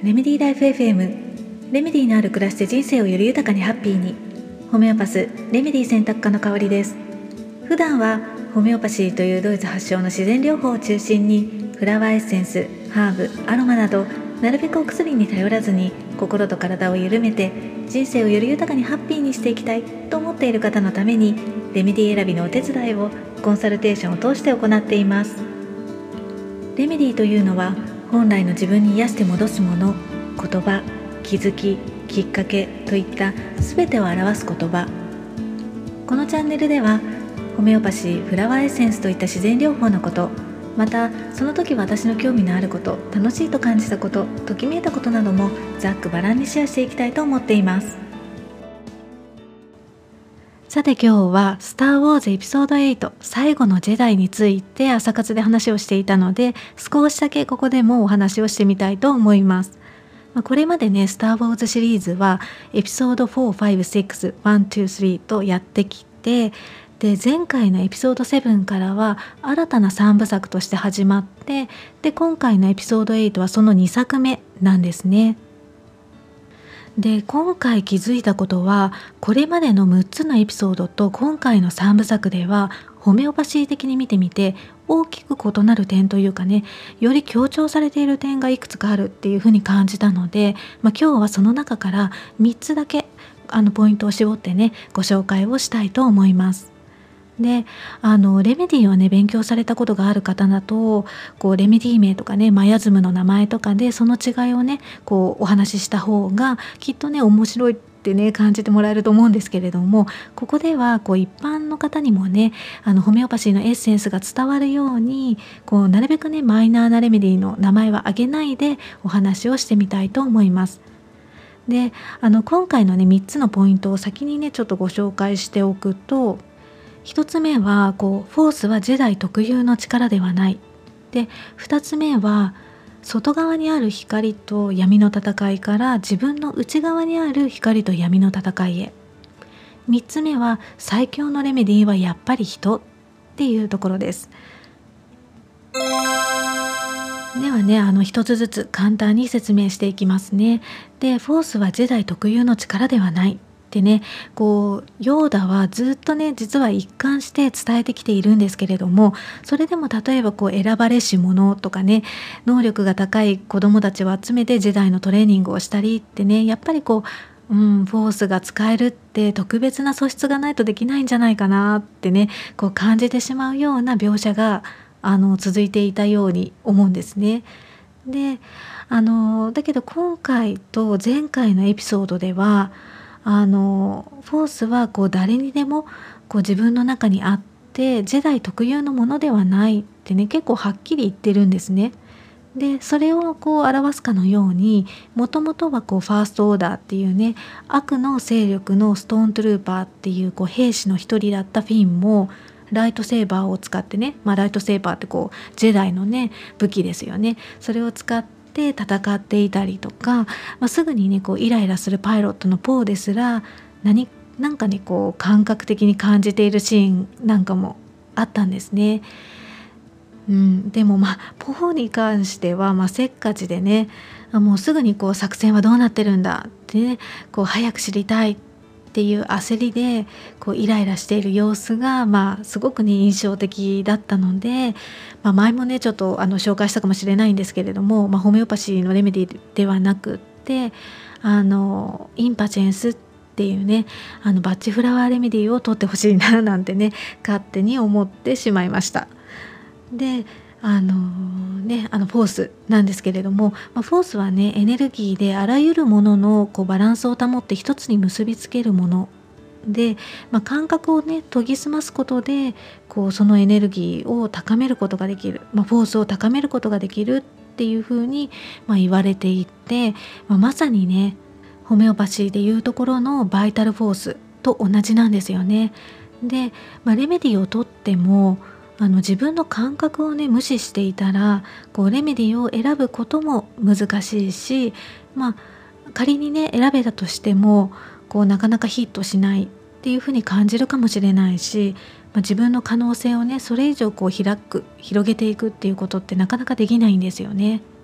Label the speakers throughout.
Speaker 1: レメディライフ FM。 レメディのある暮らしで人生をより豊かにハッピーに。ホメオパスレメディ選択科の香りです。普段はホメオパシーというドイツ発祥の自然療法を中心にフラワーエッセンス、ハーブ、アロマなどなるべくお薬に頼らずに心と体を緩めて人生をより豊かにハッピーにしていきたいと思っている方のためにレメディ選びのお手伝いをコンサルテーションを通して行っています。レメディというのは本来の自分に癒して戻すもの、言葉、気づき、きっかけといった全てを表す言葉。このチャンネルではホメオパシー、フラワーエッセンスといった自然療法のこと、またその時私の興味のあること、楽しいと感じたこと、ときめいたことなどもざっくばらんにシェアしていきたいと思っています。さて今日はスター・ウォーズエピソード8最後のジェダイについて朝活で話をしていたので、少しだけここでもお話をしてみたいと思います。これまでねスター・ウォーズシリーズはエピソード4、5、6、1、2、3とやってきて、で前回のエピソード7からは新たな3部作として始まって、で今回のエピソード8はその2作目なんですね。で今回気づいたことは、これまでの6つのエピソードと今回の3部作ではホメオパシー的に見てみて大きく異なる点というかね、より強調されている点がいくつかあるっていうふうに感じたので、今日はその中から3つだけポイントを絞ってねご紹介をしたいと思います。でレメディをね勉強されたことがある方だとレメディ名とかねマヤズムの名前とかでその違いをねお話しした方がきっとね面白いってね感じてもらえると思うんですけれども、ここでは一般の方にもねホメオパシーのエッセンスが伝わるようになるべくねマイナーなレメディの名前は挙げないでお話をしてみたいと思います。で今回のね3つのポイントを先にねちょっとご紹介しておくと、1つ目はフォースはジェダイ特有の力ではない。で2つ目は外側にある光と闇の戦いから自分の内側にある光と闇の戦いへ。3つ目は最強のレメディはやっぱり人っていうところです。ではね一つずつ簡単に説明していきますね。でフォースはジェダイ特有の力ではない。でねヨーダはずっとね実は一貫して伝えてきているんですけれども、それでも例えば選ばれし者とかね能力が高い子どもたちを集めてジェダイのトレーニングをしたりってね、やっぱりフォースが使えるって特別な素質がないとできないんじゃないかなってね感じてしまうような描写が続いていたように思うんですね。でだけど今回と前回のエピソードではフォースは誰にでも自分の中にあってジェダイ特有のものではないってね結構はっきり言ってるんですね。でそれを表すかのように、もともとはファーストオーダーっていうね悪の勢力のストーントゥルーパーっていう兵士の一人だったフィンもライトセーバーを使ってね、ライトセーバーってジェダイのね武器ですよね。それを使って戦っていたりとか、すぐにねイライラするパイロットのポーですらなんかね感覚的に感じているシーンなんかもあったんですね。でもポーに関してはせっかちでね、もうすぐに作戦はどうなってるんだってね早く知りたいっていう焦りでイライラしている様子がすごくね印象的だったので、前もねちょっと紹介したかもしれないんですけれども、ホメオパシーのレメディではなくってインパチェンスっていうねバッチフラワーレメディを取ってほしいななんてね勝手に思ってしまいました。でフォースなんですけれども、フォースはねエネルギーであらゆるもののバランスを保って一つに結びつけるもので、感覚をね研ぎ澄ますことでそのエネルギーを高めることができる、フォースを高めることができるっていうふうに、言われていて、まさにねホメオパシーでいうところのバイタルフォースと同じなんですよね。で、レメディをとっても自分の感覚をね無視していたらレメディを選ぶことも難しいし、仮にね選べたとしてもなかなかヒットしないっていうふうに感じるかもしれないし、自分の可能性をねそれ以上広げていくっていうことってなかなかできないんですよね。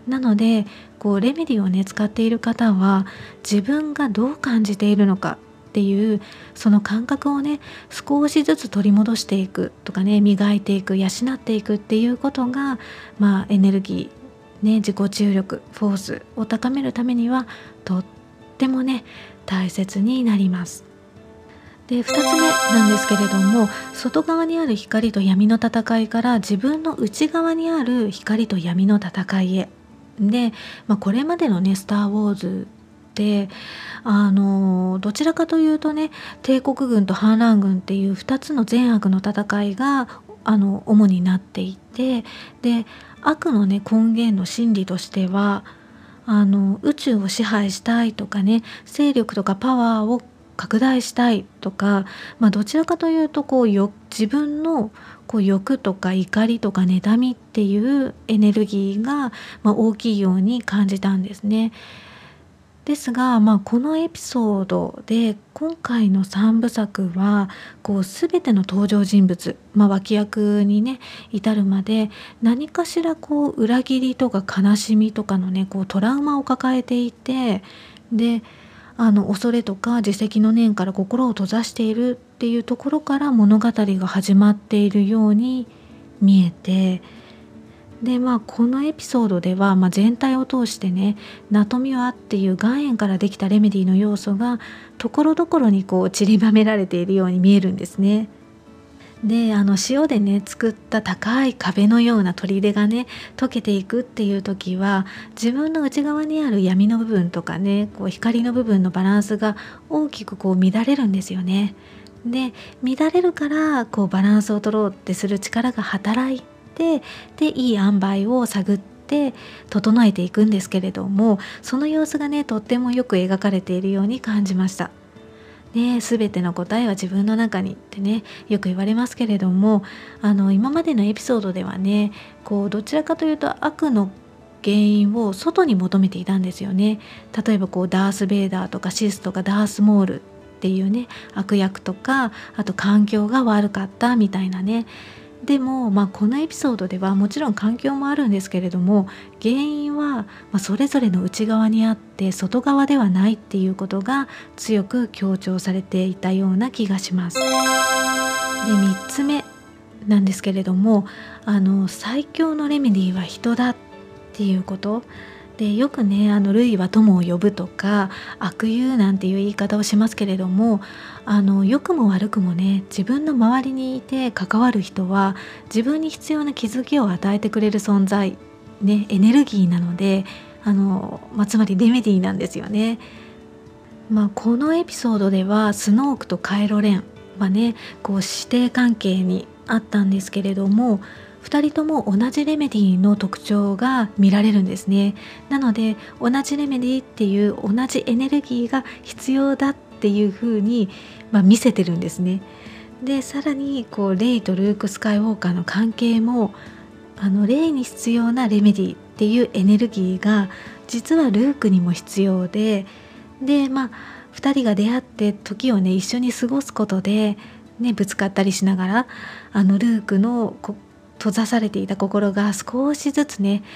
Speaker 1: なのでレメディをね使っている方は自分がどう感じているのかっていうその感覚をね少しずつ取り戻していくとかね、磨いていく、養っていくっていうことが、エネルギーね、自己注力、フォースを高めるためにはとってもね大切になります。で、2つ目なんですけれども、外側にある光と闇の戦いから自分の内側にある光と闇の戦いへで、これまでのねスター・ウォーズでどちらかというとね、帝国軍と反乱軍っていう2つの善悪の戦いが主になっていて、で悪のね根源の心理としては宇宙を支配したいとかね、勢力とかパワーを拡大したいとか、どちらかというと自分の欲とか怒りとか妬みっていうエネルギーが、大きいように感じたんですね。ですが、このエピソードで今回の3部作は全ての登場人物、脇役にね至るまで何かしら裏切りとか悲しみとかのねトラウマを抱えていて、で恐れとか自責の念から心を閉ざしているっていうところから物語が始まっているように見えて、でこのエピソードでは、全体を通してね、ナトミワっていう岩塩からできたレメディの要素がところどころに散りばめられているように見えるんですね。で塩でね作った高い壁のような砦がね溶けていくっていう時は、自分の内側にある闇の部分とかね光の部分のバランスが大きく乱れるんですよね。で乱れるからバランスを取ろうってする力が働いて、でいい塩梅を探って整えていくんですけれども、その様子がねとってもよく描かれているように感じました。全ての答えは自分の中にってねよく言われますけれども、今までのエピソードではねどちらかというと悪の原因を外に求めていたんですよね。例えばダース・ベイダーとかシスとかダース・モールっていうね悪役とか、あと環境が悪かったみたいなね。でも、このエピソードではもちろん環境もあるんですけれども、原因は、それぞれの内側にあって外側ではないっていうことが強く強調されていたような気がします。で、3つ目なんですけれども、最強のレメディーは人だっていうことで、よくね類は友を呼ぶとか悪友なんていう言い方をしますけれども、良くも悪くもね自分の周りにいて関わる人は自分に必要な気づきを与えてくれる存在、ね、エネルギーなのでつまりレメディーなんですよね。このエピソードではスノークとカイロレンはね師弟関係にあったんですけれども、2人とも同じレメディの特徴が見られるんですね。なので同じレメディっていう同じエネルギーが必要だっていう風に、見せてるんですね。でさらにレイとルーク・スカイウォーカーの関係もレイに必要なレメディっていうエネルギーが実はルークにも必要で、2人が出会って時をね一緒に過ごすことで、ぶつかったりしながらルークの閉ざされていた心が少しずつね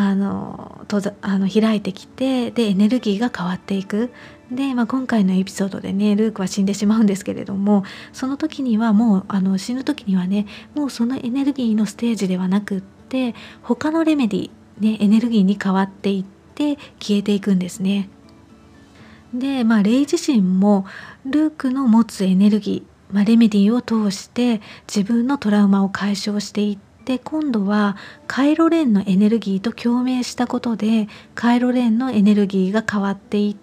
Speaker 1: 開いてきて、でエネルギーが変わっていく。で、今回のエピソードでねルークは死んでしまうんですけれども、その時にはもう死ぬ時にはねもうそのエネルギーのステージではなくって他のレメディ、エネルギーに変わっていって消えていくんですね。で、レイ自身もルークの持つエネルギー、レメディを通して自分のトラウマを解消していって、今度はカイロレンのエネルギーと共鳴したことでカイロレンのエネルギーが変わっていって、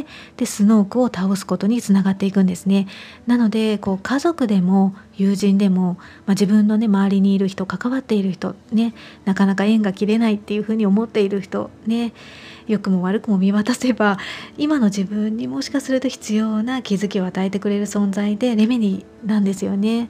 Speaker 1: でスノークを倒すことにつながっていくんですね。なので家族でも友人でも、自分のね周りにいる人、関わっている人ね、なかなか縁が切れないっていうふうに思っている人ね、良くも悪くも見渡せば今の自分にもしかすると必要な気づきを与えてくれる存在でレメディなんですよね。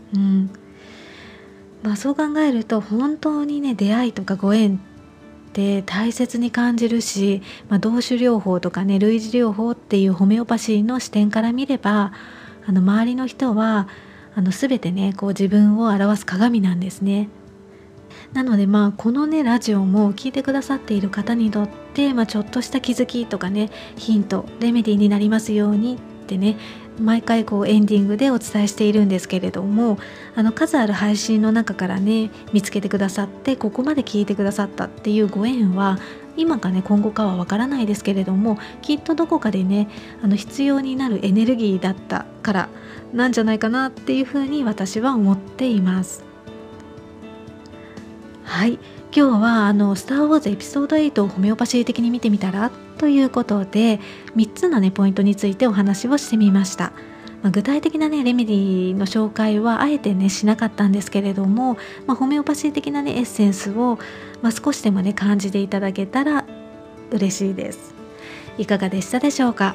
Speaker 1: そう考えると本当にね出会いとかご縁って大切に感じるし、動手療法とかね類似療法っていうホメオパシーの視点から見れば周りの人は全てね自分を表す鏡なんですね。 なのでこのねラジオも聞いてくださっている方にとって、ちょっとした気づきとかね、ヒント、レメディーになりますようにってね、毎回エンディングでお伝えしているんですけれども、数ある配信の中からね見つけてくださって、ここまで聞いてくださったっていうご縁は今かね今後かはわからないですけれども、きっとどこかでね必要になるエネルギーだったからなんじゃないかなっていうふうに私は思っています。はい、今日はスター・ウォーズエピソード8をホメオパシー的に見てみたらということで、3つのねポイントについてお話をしてみました。具体的なねレメディの紹介はあえてねしなかったんですけれども、ホメオパシー的なねエッセンスを、少しでもね感じていただけたら嬉しいです。いかがでしたでしょうか。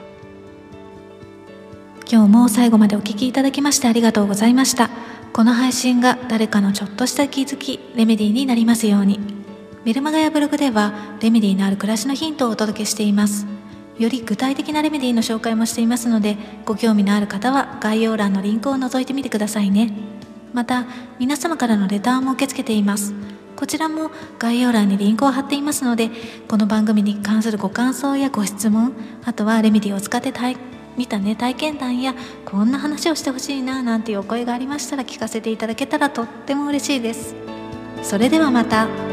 Speaker 1: 今日も最後までお聞きいただきましてありがとうございました。この配信が誰かのちょっとした気づき、レメディーになりますように。メルマガやブログではレメディーのある暮らしのヒントをお届けしています。より具体的なレメディーの紹介もしていますので、ご興味のある方は概要欄のリンクを覗いてみてくださいね。また皆様からのレターも受け付けています。こちらも概要欄にリンクを貼っていますので、この番組に関するご感想やご質問、あとはレメディーを使って見たね体験談やこんな話をしてほしいななんていうお声がありましたら聞かせていただけたらとっても嬉しいです。それではまた。